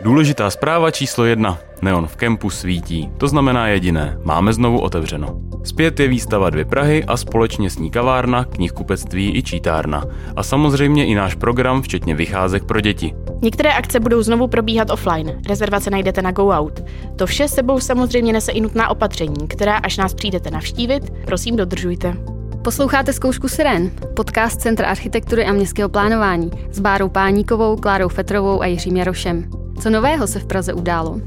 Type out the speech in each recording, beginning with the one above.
Důležitá zpráva číslo 1. Neon v kempu svítí. To znamená jediné. Máme znovu otevřeno. Zpět je výstava 2 Prahy a společně s ní kavárna, knihkupectví i čítárna. A samozřejmě i náš program, včetně vycházek pro děti. Některé akce budou znovu probíhat offline. Rezervace najdete na Go Out. To vše sebou samozřejmě nese i nutná opatření, která až nás přijdete navštívit, prosím dodržujte. Posloucháte Zkoušku sirén, podcast Centra architektury a městského plánování s Bárou Páníkovou, Klárou Fetrovou a Jiřím Jarošem. Co nového se v Praze událo?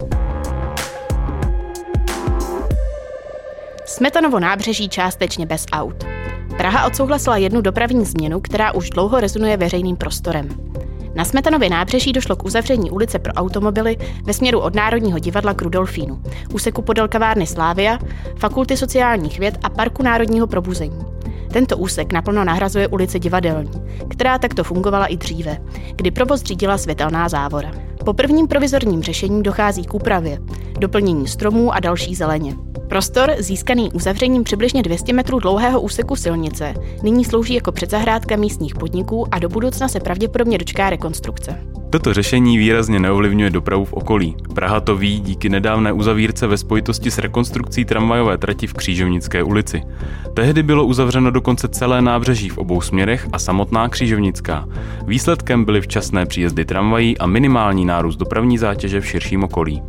Smetanovo nábřeží částečně bez aut. Praha odsouhlasila jednu dopravní změnu, která už dlouho rezonuje veřejným prostorem. Na Smetanově nábřeží došlo k uzavření ulice pro automobily ve směru od Národního divadla k Rudolfínu, úseku podél kavárny Slavia, Fakulty sociálních věd a Parku národního probuzení. Tento úsek naplno nahrazuje ulici Divadelní, která takto fungovala i dříve, kdy provoz řídila světelná závora. Po prvním provizorním řešení dochází k úpravě, doplnění stromů a další zeleně. Prostor, získaný uzavřením přibližně 200 metrů dlouhého úseku silnice, nyní slouží jako předzahrádka místních podniků a do budoucna se pravděpodobně dočká rekonstrukce. Toto řešení výrazně neovlivňuje dopravu v okolí. Praha to ví díky nedávné uzavírce ve spojitosti s rekonstrukcí tramvajové trati v Křížovnické ulici. Tehdy bylo uzavřeno dokonce celé nábřeží v obou směrech a samotná Křížovnická. Výsledkem byly včasné příjezdy tramvají a minimální nárůst dopravní zátěže v širším okolí.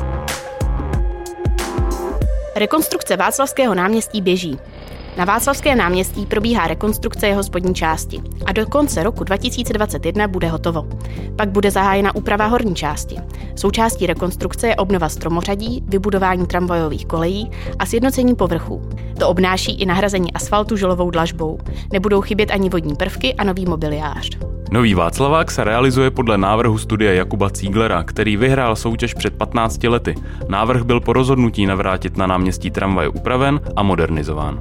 Rekonstrukce Václavského náměstí běží. Na Václavském náměstí probíhá rekonstrukce jeho spodní části a do konce roku 2021 bude hotovo. Pak bude zahájena úprava horní části. Součástí rekonstrukce je obnova stromořadí, vybudování tramvajových kolejí a sjednocení povrchů. To obnáší i nahrazení asfaltu žulovou dlažbou. Nebudou chybět ani vodní prvky a nový mobiliář. Nový Václavák se realizuje podle návrhu studia Jakuba Cíglera, který vyhrál soutěž před 15 lety. Návrh byl po rozhodnutí navrátit na náměstí tramvaje upraven a modernizován.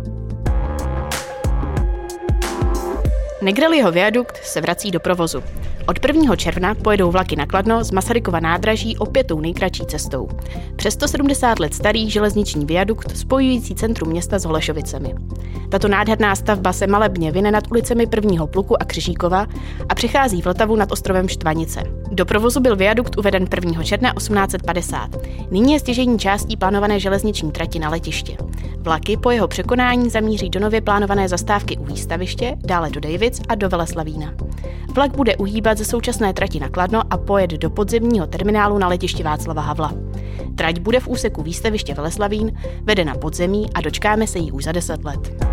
Negrelliho viadukt se vrací do provozu. Od 1. června pojedou vlaky na Kladno z Masarykova nádraží opět tou nejkratší cestou. Přes 170 let starý železniční viadukt spojující centrum města s Holešovicemi. Tato nádherná stavba se malebně vine nad ulicemi 1. pluku a Křižíkova a přechází Vltavu nad ostrovem Štvanice. Do provozu byl viadukt uveden 1. června 1850. Nyní je stěžejní částí plánované železniční trati na letiště. Vlaky po jeho překonání zamíří do nově plánované zastávky u Výstaviště, dále do Dejvic a do Veleslavína. Vlak bude uhýbat ze současné trati na Kladno a pojede do podzemního terminálu na letišti Václava Havla. Trať bude v úseku Výstaviště Veleslavín, vede na podzemí a dočkáme se jí už za 10 let.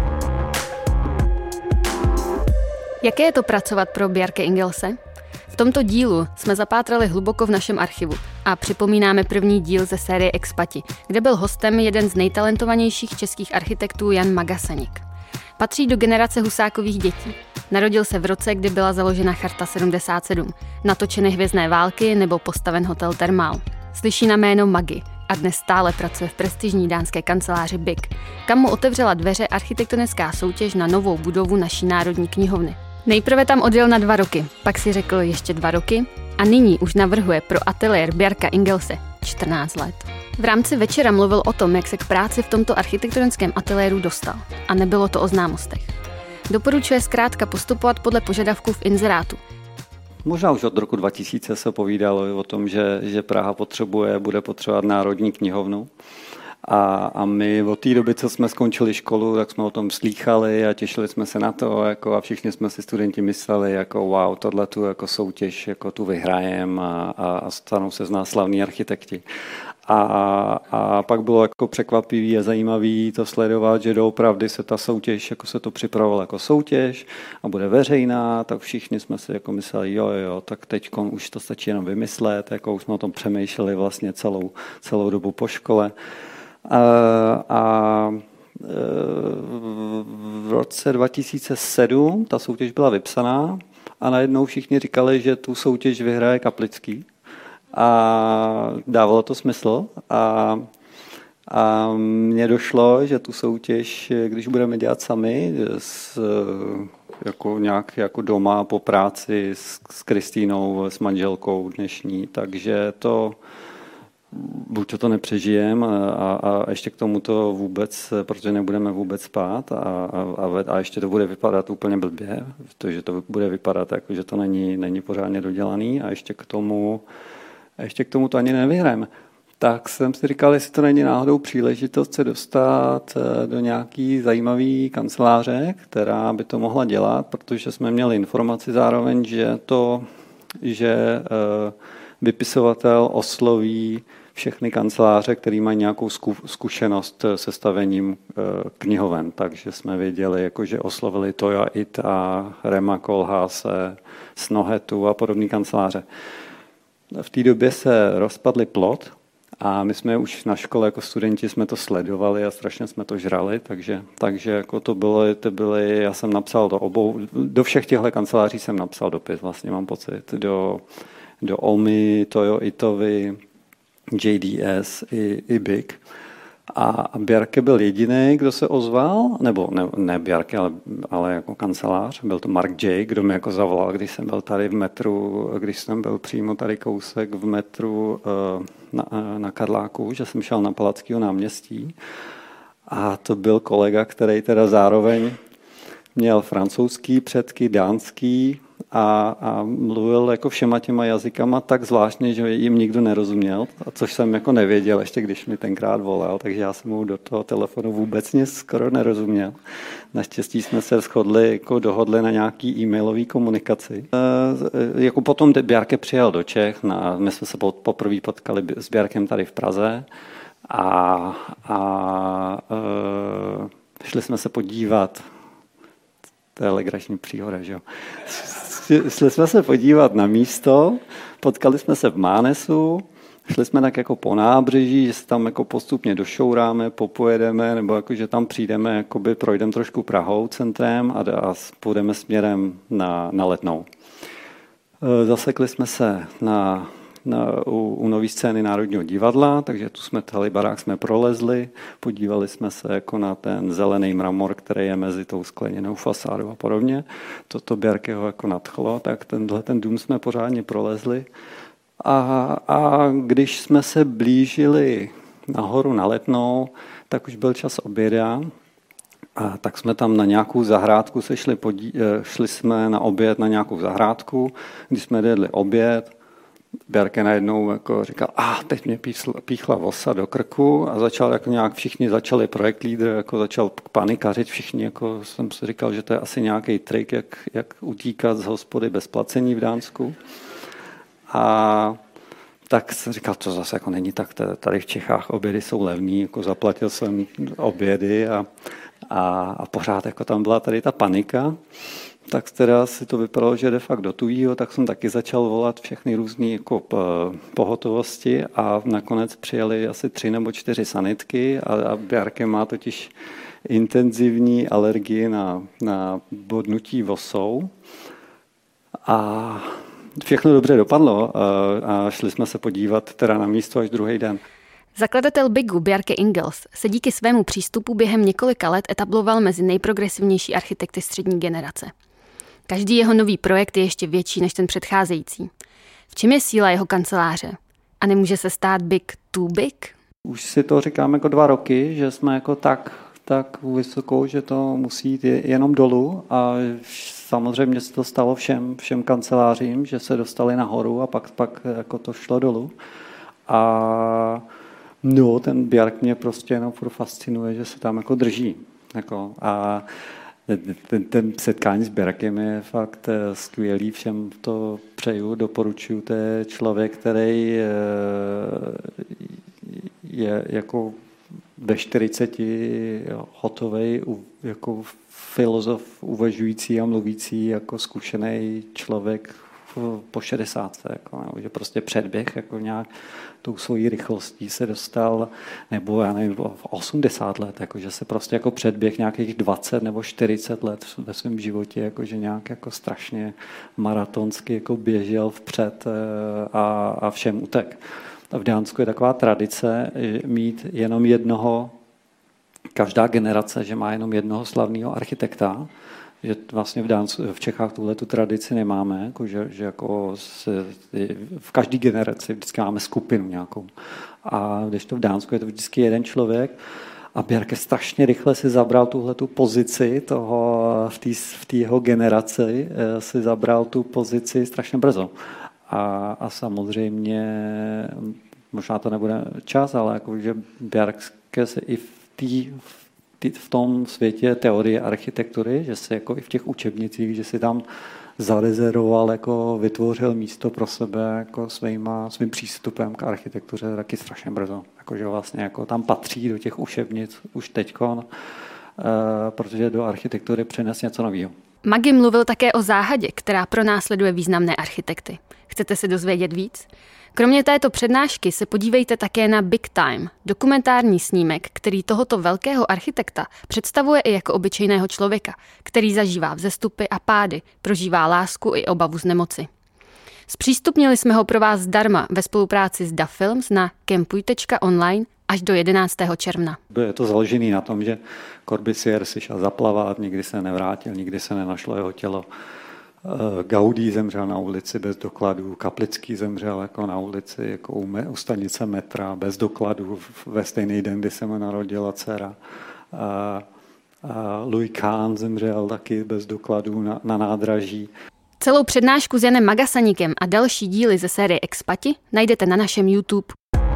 Jaké je to pracovat pro Bjarke Ingelse? V tomto dílu jsme zapátrali hluboko v našem archivu a připomínáme první díl ze série Expati, kde byl hostem jeden z nejtalentovanějších českých architektů Jan Magasanik. Patří do generace Husákových dětí. Narodil se v roce, kdy byla založena Charta 77, natočeny Hvězdné války nebo postaven hotel Thermal. Slyší na jméno Magi a dnes stále pracuje v prestižní dánské kanceláři BIK, kam mu otevřela dveře architektonická soutěž na novou budovu naší Národní knihovny. Nejprve tam odjel na 2 roky, pak si řekl ještě 2 roky a nyní už navrhuje pro ateliér Bjarka Ingelse 14 let. V rámci večera mluvil o tom, jak se k práci v tomto architektonickém ateliéru dostal. A nebylo to o známostech. Doporučuje zkrátka postupovat podle požadavků v inzerátu. Možná už od roku 2000 se povídalo o tom, že Praha bude potřebovat Národní knihovnu. A my od té doby, co jsme skončili školu, tak jsme o tom slýchali a těšili jsme se na to, a všichni jsme si studenti mysleli, wow, tohletu jako soutěž, tu vyhrajem a stanou se z nás slavní architekti. A pak bylo jako překvapivý a zajímavý to sledovat, že doopravdy se ta soutěž, se to připravovala jako soutěž a bude veřejná, tak všichni jsme si mysleli, jo, tak teď už to stačí jenom vymyslet, už jsme o tom přemýšleli vlastně celou dobu po škole. V roce 2007 ta soutěž byla vypsaná a najednou všichni říkali, že tu soutěž vyhraje Kaplický. A dávalo to smysl a mně došlo, že tu soutěž, když budeme dělat sami, nějak doma po práci s Kristýnou, s manželkou dnešní, takže buď to nepřežijeme a ještě k tomu to vůbec, protože nebudeme vůbec spát a ještě to bude vypadat úplně blbě, protože to bude vypadat jako, že to není pořádně dodělaný a ještě k tomu a ještě k tomu to ani nevyhrajeme, tak jsem si říkal, jestli to není náhodou příležitost se dostat do nějaký zajímavý kanceláře, která by to mohla dělat, protože jsme měli informaci zároveň, že vypisovatel osloví všechny kanceláře, které mají nějakou zkušenost se stavením knihoven. Takže jsme věděli, že oslovili Toya Ita, Rema Koolhaase, Snohetu a podobné kanceláře. V té době se rozpadly Plot a my jsme už na škole jako studenti jsme to sledovali a strašně jsme to žrali, takže to bylo, já jsem napsal do všech těchto kanceláří jsem napsal dopis, vlastně mám pocit, do Olmy, Toyo Itovi, JDS i Big. A Bjarke byl jediný, kdo se ozval, nebo ne Bjarke, ale jako kancelář, byl to Mark J., kdo mi jako zavolal, když jsem byl tady v metru, když jsem byl přímo tady kousek v metru na Karláku, že jsem šel na Palackého náměstí. A to byl kolega, který teda zároveň měl francouzský předky, dánský a mluvil jako všema těma jazykama tak zvláštně, že jim nikdo nerozuměl, což jsem jako nevěděl, ještě když mi tenkrát volal, takže já jsem mu do toho telefonu vůbec nic skoro nerozuměl. Naštěstí jsme se dohodli na nějaký e-mailové komunikaci. Jako potom Bjarke přijel do Čech, my jsme se poprvé potkali s Bjarkem tady v Praze a šli jsme se podívat. To je legrační příhoda, že jo. Šli jsme se podívat na místo, potkali jsme se v Mánesu, šli jsme tak jako po nábřeží, že se tam jako postupně došouráme, popojedeme, nebo jako, že tam přijdeme, jakoby projdeme trošku Prahou centrem a půjdeme směrem na Letnou. Zasekli jsme se u nové scény Národního divadla, takže tu jsme tady barák jsme prolezli, podívali jsme se jako na ten zelený mramor, který je mezi tou skleněnou fasádou a podobně. Toto Bjarkeho jako nadchlo, tak ten dům jsme pořádně prolezli. A když jsme se blížili nahoru na Letnou, tak už byl čas oběda. A tak jsme tam na nějakou zahrádku šli jsme na oběd na nějakou zahrádku, když jsme jedli oběd, Bjarke najednou jako říkal, teď mě píchla vosa do krku a všichni začali projekt lídr, jako začal panikařit všichni, jako jsem si říkal, že to je asi nějaký trik, jak utíkat z hospody bez placení v Dánsku. A tak jsem říkal, to zase jako není tak, tady v Čechách obědy jsou levný, jako zaplatil jsem obědy a pořád jako tam byla tady ta panika. Tak teda si to vypadalo, že jde fakt do tujího, tak jsem taky začal volat všechny různé jako pohotovosti a nakonec přijeli asi 3 nebo 4 sanitky a Bjarke má totiž intenzivní alergii na bodnutí vosou a všechno dobře dopadlo a šli jsme se podívat teda na místo až druhý den. Zakladatel Bigu Bjarke Ingels se díky svému přístupu během několika let etabloval mezi nejprogresivnější architekty střední generace. Každý jeho nový projekt je ještě větší než ten předcházející. V čem je síla jeho kanceláře? A nemůže se stát Big too big? Už si to říkáme jako 2 roky, že jsme jako tak vysokou, že to musí jít jenom dolů a samozřejmě se to stalo všem kancelářím, že se dostali nahoru a pak jako to šlo dolů. A no, ten Bjark mě prostě jenom fascinuje, že se tam jako drží. A ten setkání s Bjarkem je fakt skvělý, všem to přeju, doporučuju. To je člověk, který je jako ve 40 hotovej, jako filozof uvažující a mluvící, jako zkušený člověk po 60, jako, že prostě předběh jako nějak tou svojí rychlostí se dostal, nebo já nevím, v 80 let, jako, že se prostě jako předběh nějakých 20 nebo 40 let ve svém životě, jako, že nějak jako strašně maratonsky jako běžel vpřed a všem utek. A v Dánsku je taková tradice mít jenom jednoho, každá generace, že má jenom jednoho slavného architekta, že vlastně v Čechách tuhletu tradici nemáme, jako že jako v každé generaci vždycky máme skupinu nějakou. A když to v Dánsku je to vždycky jeden člověk a Bjarke strašně rychle si zabral tuhletu pozici v té jeho generaci, si zabral tu pozici strašně brzo. A samozřejmě, možná to nebude čas, ale jako, že Bjarke se i v tom světě teorie architektury, že se jako i v těch učebnicích, že si tam zarezervoval, jako vytvořil místo pro sebe jako svým přístupem k architektuře taky strašně brzo. Jakože vlastně jako tam patří do těch učebnic už teďkon, protože do architektury přines něco nového. Magi mluvil také o záhadě, která pronásleduje významné architekty. Chcete se dozvědět víc? Kromě této přednášky se podívejte také na Big Time, dokumentární snímek, který tohoto velkého architekta představuje i jako obyčejného člověka, který zažívá vzestupy a pády, prožívá lásku i obavu z nemoci. Zpřístupnili jsme ho pro vás zdarma ve spolupráci s DA Films na kempuj.online až do 11. června. Je to založené na tom, že Corbusier si šel zaplavat, nikdy se nevrátil, nikdy se nenašlo jeho tělo. Gaudí zemřel na ulici bez dokladů, Kaplický zemřel jako na ulici, jako u stanice metra, bez dokladů, ve stejný den, kdy se mu narodila dcera. Louis Kahn zemřel taky bez dokladů na nádraží. Celou přednášku s Janem Magasaníkem a další díly ze série Expati najdete na našem YouTube.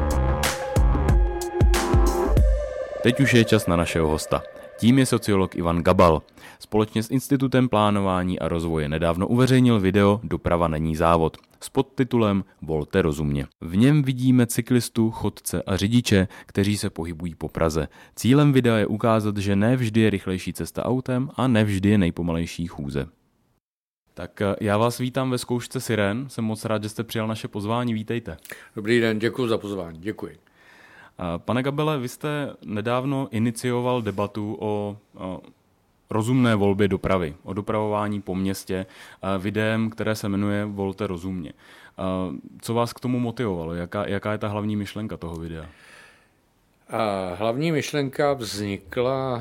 Teď už je čas na našeho hosta. Tím je sociolog Ivan Gabal. Společně s Institutem plánování a rozvoje nedávno uveřejnil video Doprava není závod s podtitulem Volte rozumně. V něm vidíme cyklistu, chodce a řidiče, kteří se pohybují po Praze. Cílem videa je ukázat, že ne vždy je rychlejší cesta autem a ne vždy je nejpomalejší chůze. Tak já vás vítám ve zkoušce Siren. Jsem moc rád, že jste přijal naše pozvání. Vítejte. Dobrý den, děkuji za pozvání. Děkuji. Pane Gabele, vy jste nedávno inicioval debatu o rozumné volbě dopravy, o dopravování po městě videem, které se jmenuje Volte rozumně. Co vás k tomu motivovalo? Jaká je ta hlavní myšlenka toho videa? Hlavní myšlenka vznikla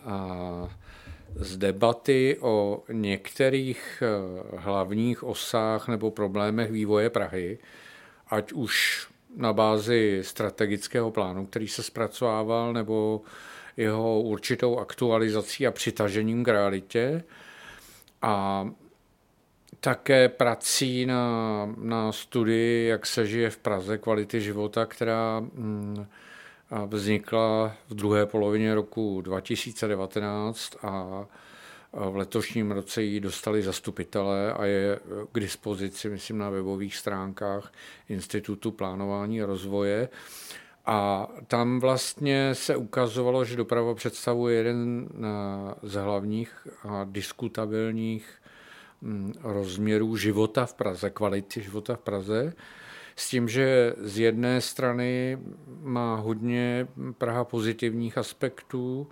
z debaty o některých hlavních osách nebo problémech vývoje Prahy, ať už na bázi strategického plánu, který se zpracovával, nebo jeho určitou aktualizací a přitažením k realitě. A také prací na studii, jak se žije v Praze, kvality života, která vznikla v druhé polovině roku 2019 a v letošním roce ji dostali zastupitelé a je k dispozici, myslím, na webových stránkách Institutu plánování a rozvoje. A tam vlastně se ukazovalo, že doprava představuje jeden z hlavních a diskutabilních rozměrů života v Praze, kvality života v Praze, s tím, že z jedné strany má hodně Praha pozitivních aspektů,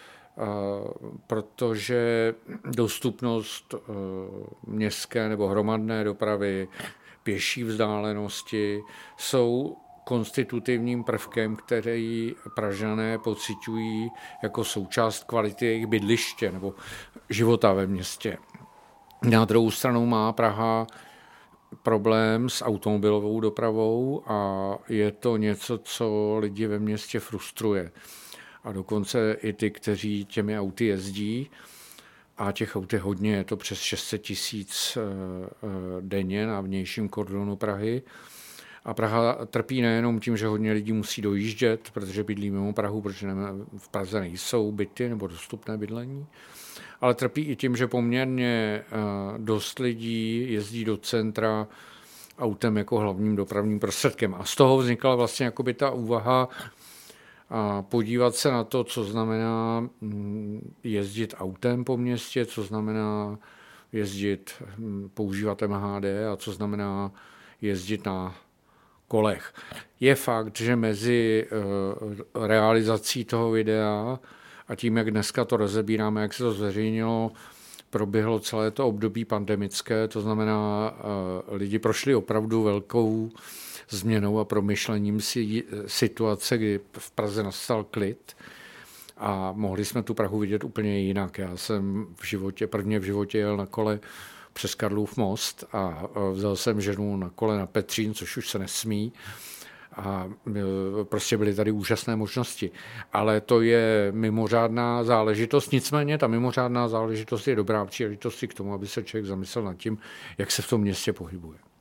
protože dostupnost městské nebo hromadné dopravy, pěší vzdálenosti jsou konstitutivním prvkem, který Pražané pociťují jako součást kvality jejich bydliště nebo života ve městě. Na druhou stranu má Praha problém s automobilovou dopravou a je to něco, co lidi ve městě frustruje. A dokonce i ty, kteří těmi auty jezdí, a těch aut je hodně, je to přes 600 000 denně na vnějším kordonu Prahy. A Praha trpí nejenom tím, že hodně lidí musí dojíždět, protože bydlí mimo Prahu, protože v Praze nejsou byty nebo dostupné bydlení, ale trpí i tím, že poměrně dost lidí jezdí do centra autem jako hlavním dopravním prostředkem. A z toho vznikla vlastně jakoby ta úvaha a podívat se na to, co znamená jezdit autem po městě, co znamená používat MHD a co znamená jezdit na kolech. Je fakt, že mezi realizací toho videa a tím, jak dneska to rozebíráme, jak se to zveřejnilo, proběhlo celé to období pandemické, to znamená, lidi prošli opravdu velkou změnou a promyšlením si situace, kdy v Praze nastal klid a mohli jsme tu Prahu vidět úplně jinak. Já jsem prvně v životě jel na kole přes Karlův most a vzal jsem ženu na kole na Petřín, což už se nesmí. A prostě byly tady úžasné možnosti. Ale to je mimořádná záležitost. Nicméně ta mimořádná záležitost je dobrá příležitost k tomu, aby se člověk zamyslel nad tím, jak se v tom městě pohybuje.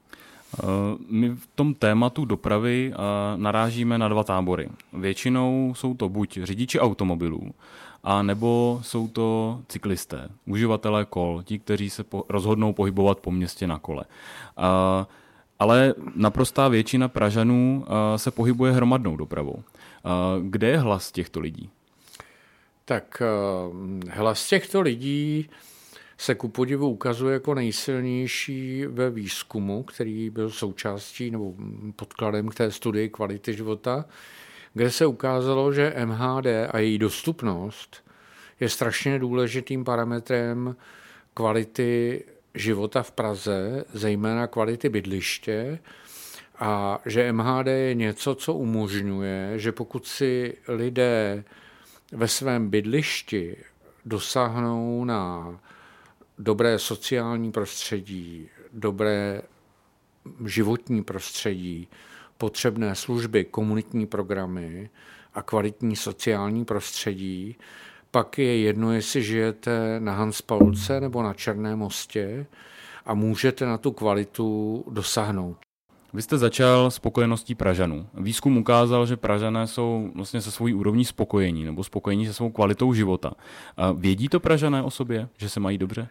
My v tom tématu dopravy narážíme na dva tábory. Většinou jsou to buď řidiči automobilů, a nebo jsou to cyklisté, uživatelé kol, ti, kteří se rozhodnou pohybovat po městě na kole. Ale naprostá většina Pražanů se pohybuje hromadnou dopravou. Kde je hlas těchto lidí? Tak hlas těchto lidí se ku podivu ukazuje jako nejsilnější ve výzkumu, který byl součástí nebo podkladem k té studii kvality života, kde se ukázalo, že MHD a její dostupnost je strašně důležitým parametrem kvality života v Praze, zejména kvality bydliště, a že MHD je něco, co umožňuje, že pokud si lidé ve svém bydlišti dosáhnou na dobré sociální prostředí, dobré životní prostředí, potřebné služby, komunitní programy a kvalitní sociální prostředí, pak je jedno, jestli žijete na Hanspaulce nebo na Černém mostě a můžete na tu kvalitu dosáhnout. Vy jste začal spokojeností Pražanů. Výzkum ukázal, že Pražané jsou vlastně se svojí úrovní spokojení nebo spokojení se svou kvalitou života. Vědí to Pražané o sobě, že se mají dobře?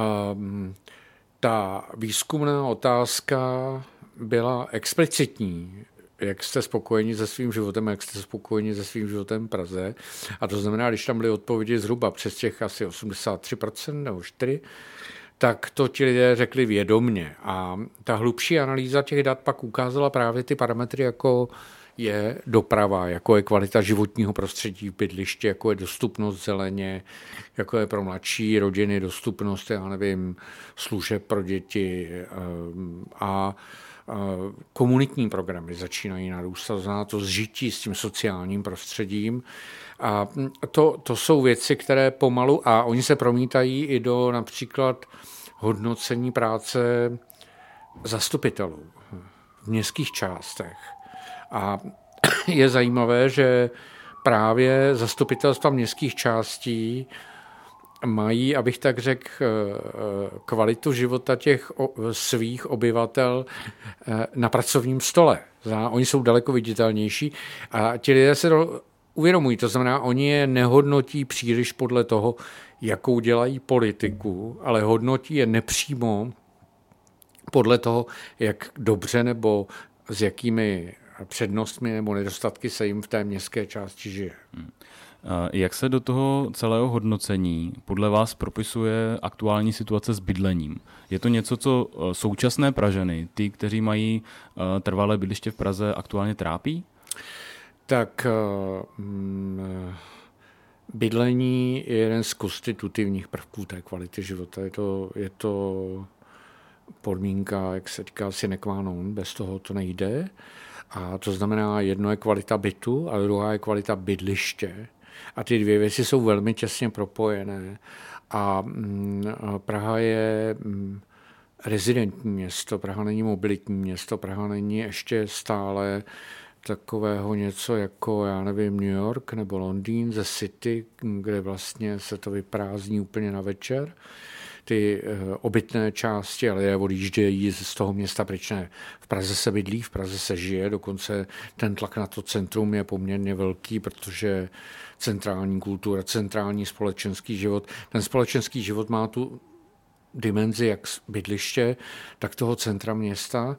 Ta výzkumná otázka byla explicitní. Jak jste spokojeni se svým životem, jak jste spokojeni se svým životem v Praze. A to znamená, když tam byly odpovědi zhruba přes těch asi 83% nebo 4%, tak to ti lidé řekli vědomně. A ta hlubší analýza těch dat pak ukázala právě ty parametry, jako je doprava, jako je kvalita životního prostředí v bydlišti, jako je dostupnost zeleně, jako je pro mladší rodiny dostupnost, já nevím, služeb pro děti a komunitní programy začínají narůstat, znamená to zžití s tím sociálním prostředím. A to jsou věci, které pomalu, a oni se promítají i do například hodnocení práce zastupitelů v městských částech. A je zajímavé, že právě zastupitelstva městských částí mají, abych tak řekl, kvalitu života těch svých obyvatel na pracovním stole. Oni jsou daleko viditelnější a ti lidé se uvědomují. To znamená, oni je nehodnotí příliš podle toho, jakou dělají politiku, ale hodnotí je nepřímo podle toho, jak dobře nebo s jakými přednostmi nebo nedostatky se jim v té městské části žije. Jak se do toho celého hodnocení podle vás propisuje aktuální situace s bydlením? Je to něco, co současné Pražany, ty, kteří mají trvalé bydliště v Praze, aktuálně trápí? Tak bydlení je jeden z konstitutivních prvků té kvality života. Je to podmínka, jak se říká, sine qua non, bez toho to nejde. A to znamená, jedno je kvalita bytu a druhá je kvalita bydliště. A ty dvě věci jsou velmi těsně propojené. A Praha je rezidentní město, Praha není mobilitní město, Praha není ještě stále takového něco jako, já nevím, New York nebo Londýn ze City, kde vlastně se to vyprázdní úplně na večer. Ty obytné části, ale lidé odjíždějí z toho města pryč. Ne. V Praze se bydlí, v Praze se žije, dokonce ten tlak na to centrum je poměrně velký, protože centrální kultura, centrální společenský život, ten společenský život má tu dimenzi jak bydliště, tak toho centra města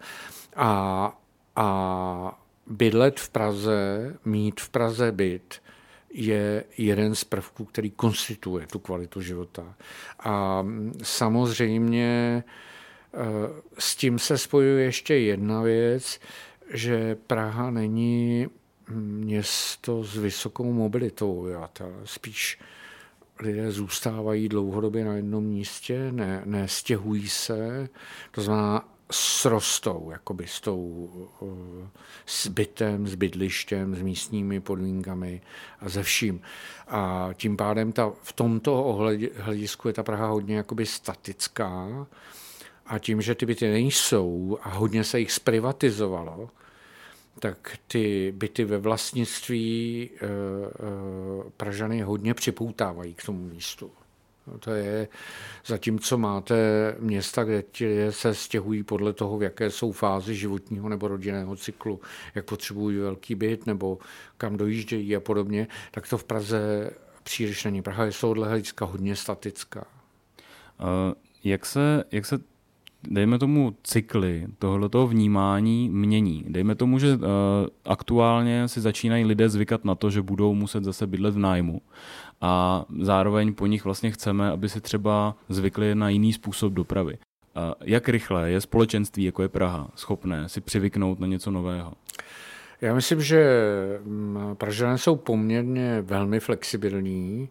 a bydlet v Praze, mít v Praze byt, je jeden z prvků, který konstituje tu kvalitu života. A samozřejmě s tím se spojuje ještě jedna věc, že Praha není město s vysokou mobilitou obyvatel. Spíš lidé zůstávají dlouhodobě na jednom místě, nestěhují se, to znamená srostou jakoby s bytem, s bydlištěm, s místními podmínkami a ze vším. A tím pádem v tomto hledisku je ta Praha hodně jakoby statická a tím, že ty byty nejsou a hodně se jich zprivatizovalo, tak ty byty ve vlastnictví Pražany hodně připoutávají k tomu místu. To je zatímco máte města, kde ti lidé se stěhují podle toho, v jaké jsou fázi životního nebo rodinného cyklu, jak potřebují velký byt nebo kam dojíždějí a podobně, tak to v Praze příliš není. Praha je z tohohle hlediska hodně statická. Jak se dejme tomu, cykly tohoto vnímání mění? Dejme tomu, že aktuálně si začínají lidé zvykat na to, že budou muset zase bydlet v nájmu a zároveň po nich vlastně chceme, aby si třeba zvykli na jiný způsob dopravy. Jak rychle je společenství, jako je Praha, schopné si přivyknout na něco nového? Já myslím, že Pražané jsou poměrně velmi flexibilní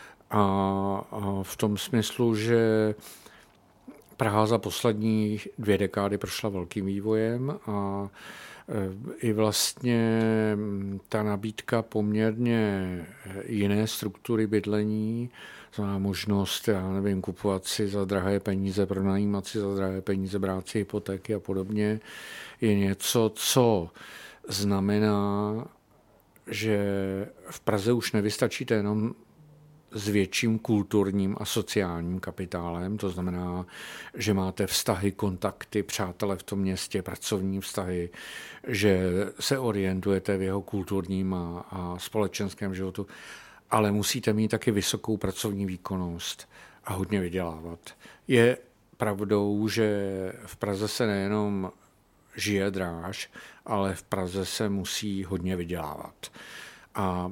a v tom smyslu, že Praha za poslední 2 dekády prošla velkým vývojem a i vlastně ta nabídka poměrně jiné struktury bydlení, znamená možnost, kupovat si za drahé peníze, pronajímat si za drahé peníze, brát si hypotéky a podobně, je něco, co znamená, že v Praze už nevystačíte jenom s větším kulturním a sociálním kapitálem, to znamená, že máte vztahy, kontakty, přátele v tom městě, pracovní vztahy, že se orientujete v jeho kulturním a společenském životu, ale musíte mít taky vysokou pracovní výkonnost a hodně vydělávat. Je pravdou, že v Praze se nejenom žije dráž, ale v Praze se musí hodně vydělávat. A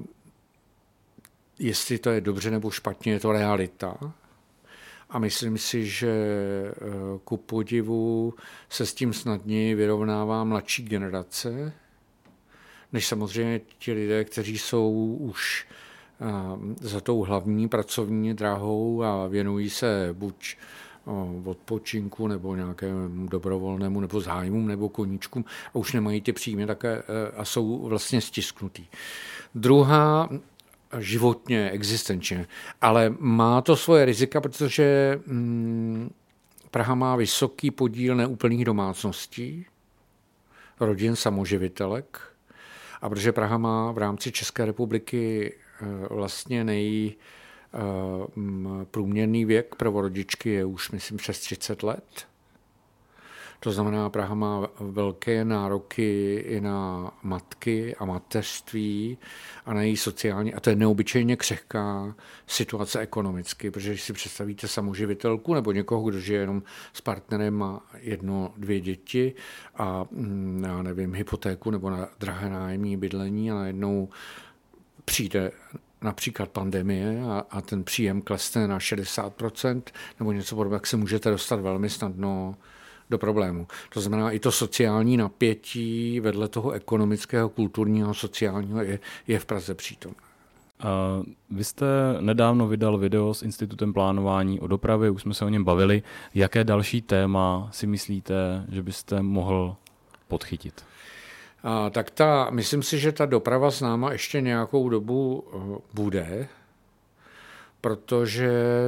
jestli to je dobře nebo špatně, je to realita. A myslím si, že ku podivu se s tím snadněji vyrovnává mladší generace, než samozřejmě ti lidé, kteří jsou už za tou hlavní pracovní dráhou a věnují se buď odpočinku nebo nějakému dobrovolnému nebo zájmům nebo koníčkům a už nemají ty příjmy také a jsou vlastně stisknutý. Druhá životně, existenčně, ale má to svoje rizika, protože Praha má vysoký podíl neúplných domácností, rodin samoživitelek a protože Praha má v rámci České republiky vlastně průměrný věk prvorodičky je už, myslím, přes 30 let. To znamená, Praha má velké nároky i na matky a mateřství a na její sociální, a to je neobyčejně křehká situace ekonomicky, protože když si představíte samoživitelku nebo někoho, kdo žije jenom s partnerem, má 1-2 děti a já nevím, hypotéku nebo na drahé nájemní bydlení a najednou přijde například pandemie a ten příjem klesne na 60% nebo něco podobného, jak se můžete dostat velmi snadno do problému. To znamená, i to sociální napětí vedle toho ekonomického, kulturního, sociálního je v Praze přítomné. Vy jste nedávno vydal video s Institutem plánování o dopravě, už jsme se o něm bavili. Jaké další téma si myslíte, že byste mohl podchytit? Myslím si, že ta doprava s náma ještě nějakou dobu bude, protože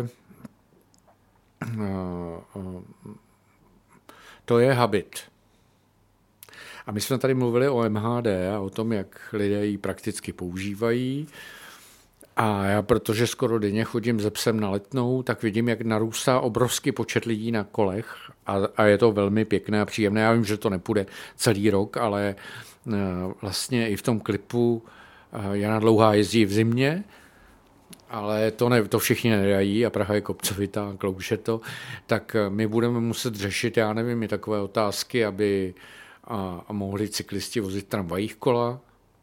to je habit. A my jsme tady mluvili o MHD a o tom, jak lidé ji prakticky používají. A já, protože skoro denně chodím se psem na Letnou, tak vidím, jak narůstá obrovský počet lidí na kolech a je to velmi pěkné a příjemné. Já vím, že to nepůjde celý rok, ale vlastně i v tom klipu Jana Dlouhá jezdí v zimě, ale to všichni nedají a Praha je kopcovitá, klouže to, tak my budeme muset řešit, já nevím, i takové otázky, aby mohli cyklisti vozit tramvajích kola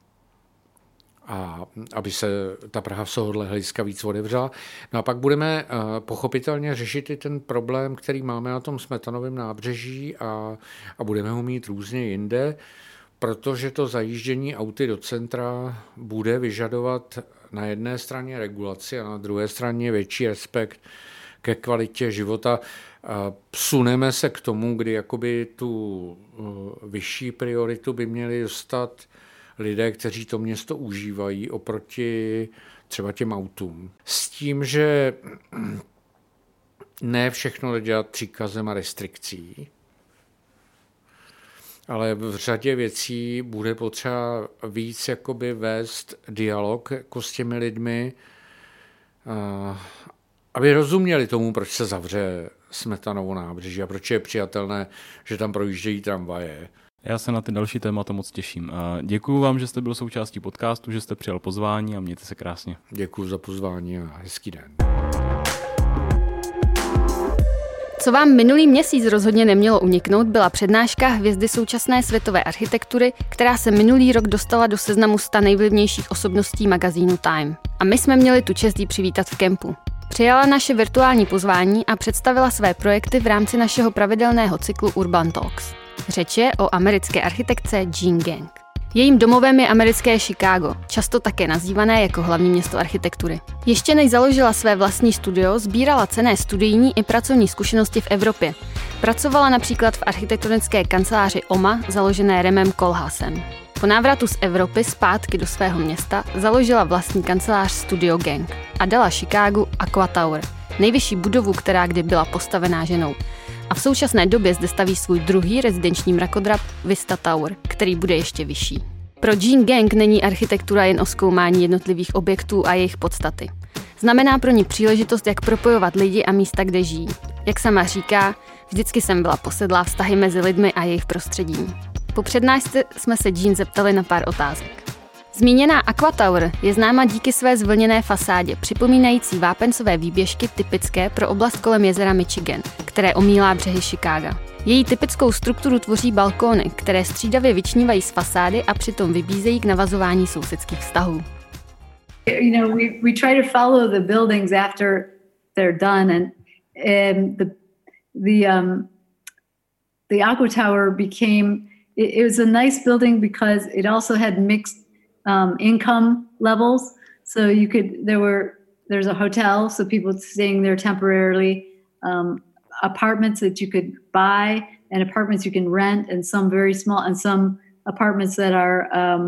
a aby se ta Praha z tohohle hlediska víc otevřela. No a pak budeme pochopitelně řešit i ten problém, který máme na tom Smetanovém nábřeží a budeme ho mít různě jinde, protože to zajíždění auty do centra bude vyžadovat na jedné straně regulaci a na druhé straně větší respekt ke kvalitě života. Psuneme se k tomu, kdy jakoby tu vyšší prioritu by měli dostat lidé, kteří to město užívají oproti třeba těm autům. S tím, že ne všechno jde dělat příkazem a restrikcí, ale v řadě věcí bude potřeba víc jakoby vést dialog jako s těmi lidmi aby rozuměli tomu, proč se zavře Smetanovo nábřeží a proč je přijatelné, že tam projíždějí tramvaje. Já se na ty další témata moc těším. Děkuju vám, že jste byl součástí podcastu, že jste přijal pozvání a mějte se krásně. Děkuju za pozvání a hezký den. Co vám minulý měsíc rozhodně nemělo uniknout, byla přednáška hvězdy současné světové architektury, která se minulý rok dostala do seznamu 100 nejvlivnějších osobností magazínu Time. A my jsme měli tu čest jí přivítat v kempu. Přijala naše virtuální pozvání a představila své projekty v rámci našeho pravidelného cyklu Urban Talks. Řeč je o americké architektce Jean Gang. Jejím domovem je americké Chicago, často také nazývané jako hlavní město architektury. Ještě než založila své vlastní studio, sbírala cenné studijní i pracovní zkušenosti v Evropě. Pracovala například v architektonické kanceláři OMA, založené Remem Koolhaasem. Po návratu z Evropy zpátky do svého města založila vlastní kancelář Studio Gang a dala Chicagu Aqua Tower, nejvyšší budovu, která kdy byla postavená ženou. A v současné době zde staví svůj druhý rezidenční mrakodrap Vista Tower, který bude ještě vyšší. Pro Jean Gang není architektura jen o zkoumání jednotlivých objektů a jejich podstaty. Znamená pro ní příležitost, jak propojovat lidi a místa, kde žijí. Jak sama říká, vždycky jsem byla posedlá vztahy mezi lidmi a jejich prostředím. Po přednášce jsme se Jean zeptali na pár otázek. Zmíněná Aqua Tower je známa díky své zvlněné fasádě, připomínající vápencové výběžky typické pro oblast kolem jezera Michigan, které omílá břehy Chicaga. Její typickou strukturu tvoří balkóny, které střídavě vyčnívají z fasády a přitom vybízejí k navazování sousedských vztahů. You know, we try to follow the buildings after they're done, and the Aqua Tower became. It was a nice building because it also had mixed income levels. So there's a hotel, so people staying there temporarily, apartments that you could buy, and apartments you can rent, and some very small, and some apartments that are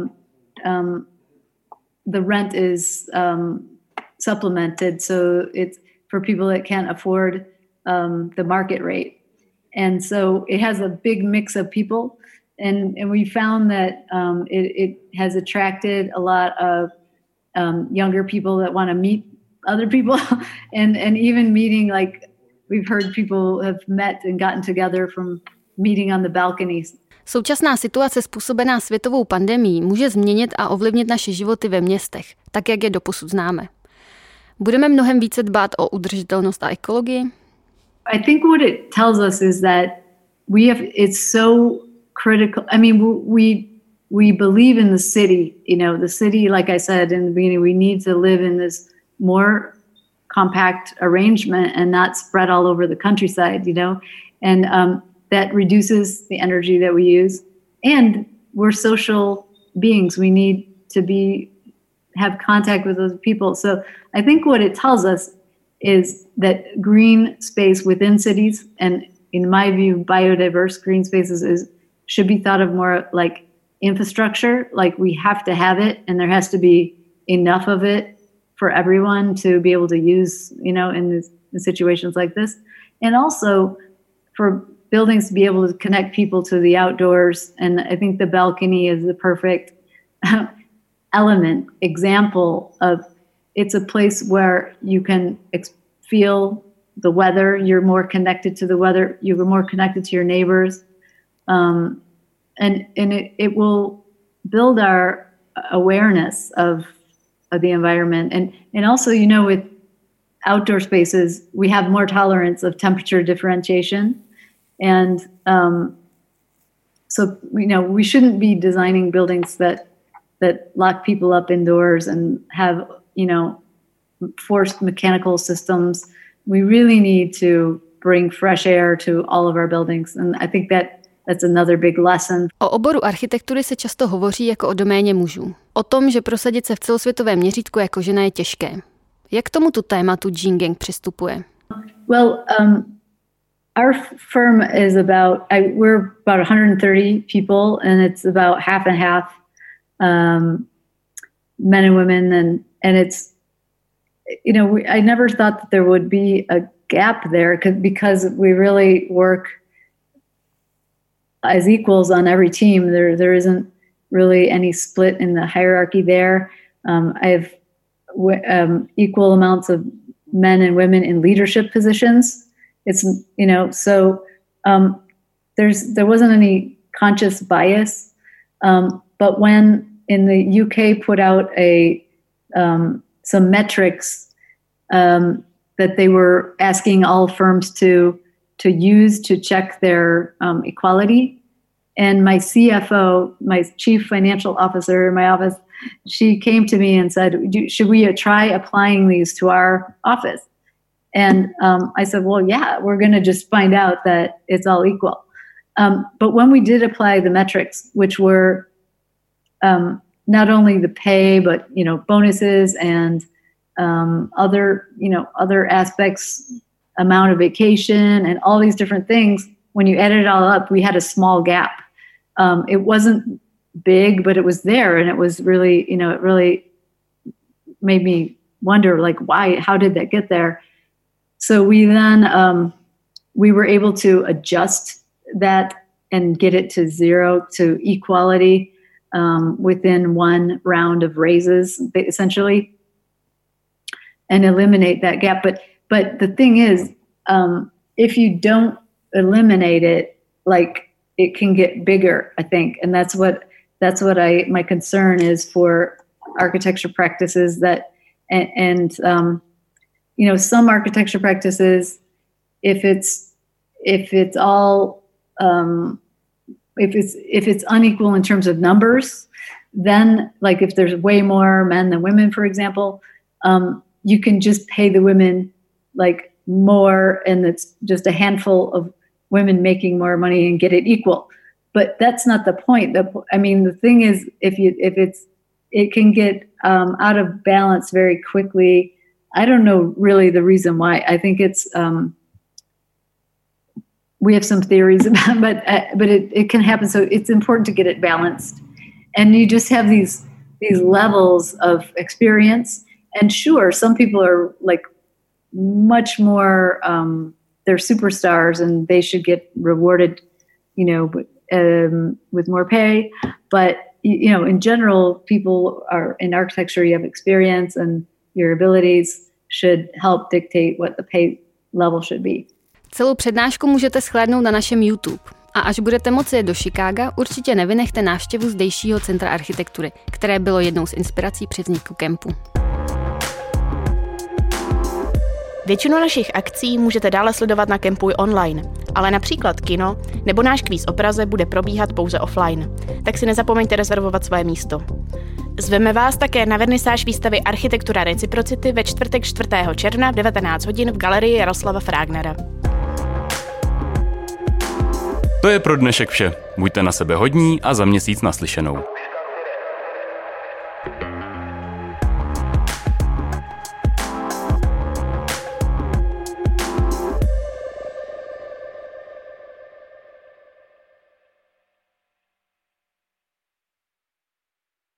the rent is supplemented, so it's for people that can't afford the market rate. And so it has a big mix of people. And we found that it has attracted a lot of younger people that want to meet other people, and even meeting, like we've heard people have met and gotten together from meeting on the balconies. Současná situace způsobená světovou pandemií může změnit a ovlivnit naše životy ve městech, tak jak je doposud známe. Budeme mnohem více dbát o udržitelnost a ekologii? I think what it tells us is that it's so critical. I mean, we believe in the city, you know, the city, like I said in the beginning, we need to live in this more compact arrangement and not spread all over the countryside, you know, and that reduces the energy that we use. And we're social beings. We need to have contact with those people. So I think what it tells us is that green space within cities, and in my view, biodiverse green spaces should be thought of more like infrastructure, like we have to have it, and there has to be enough of it for everyone to be able to use, you know, in situations like this. And also for buildings to be able to connect people to the outdoors. And I think the balcony is the perfect example of, it's a place where you can feel the weather, you're more connected to the weather, you're more connected to your neighbors. And it will build our awareness of the environment. And also, you know, with outdoor spaces, we have more tolerance of temperature differentiation. And so, you know, we shouldn't be designing buildings that lock people up indoors and have, you know, forced mechanical systems. We really need to bring fresh air to all of our buildings. And I think that's another big lesson. O oboru architektury se často hovoří jako o doméně mužů. O tom, že prosadit se v celosvětovém měřítku jako žena je těžké. Jak k tomuto tématu Jean Gang přistupuje? Well, our firm is we're about 130 people, and it's about half and half men and women, and it's, you know, I never thought that there would be a gap there because we really work as equals on every team. There isn't really any split in the hierarchy there. I have equal amounts of men and women in leadership positions. It's, you know, so there wasn't any conscious bias. But when in the UK put out some metrics that they were asking all firms to use to check their equality, and my CFO, my chief financial officer in my office, she came to me and said, should we try applying these to our office? And I said, well, yeah, we're going to just find out that it's all equal. But when we did apply the metrics, which were not only the pay, but, you know, bonuses and other aspects, amount of vacation and all these different things, when you added it all up, we had a small gap. It wasn't big, but it was there. And it was really, you know, it really made me wonder, like, why, how did that get there? So we then, we were able to adjust that and get it to zero, to equality within one round of raises, essentially, and eliminate that gap. But the thing is, if you don't eliminate it, like, it can get bigger, I think. And that's what my concern is for architecture practices, that, and you know, some architecture practices, if it's unequal in terms of numbers, then, like, if there's way more men than women, for example, you can just pay the women like more, and it's just a handful of women making more money and get it equal. But that's not the point. I mean, the thing is, it can get out of balance very quickly. I don't know really the reason why. I think it's we have some theories about, but it can happen. So it's important to get it balanced, and you just have these levels of experience. And sure, some people are like much more. They're superstars, and they should get rewarded, you know, with more pay. But, you know, in general, people are in architecture. You have experience, and your abilities should help dictate what the pay level should be. Celou přednášku můžete shlédnout na našem YouTube. A až budete moci jet do Chicaga, určitě nevynechte návštěvu zdejšího centra architektury, které bylo jednou z inspirací při vzniku kempu. Většinu našich akcí můžete dále sledovat na Kempuj online, ale například kino nebo náš kvíz o Praze bude probíhat pouze offline, tak si nezapomeňte rezervovat své místo. Zveme vás také na vernisáž výstavy Architektura reciprocity ve čtvrtek 4. června v 19 hodin v galerii Jaroslava Frágnera. To je pro dnešek vše. Buďte na sebe hodní a za měsíc naslyšenou.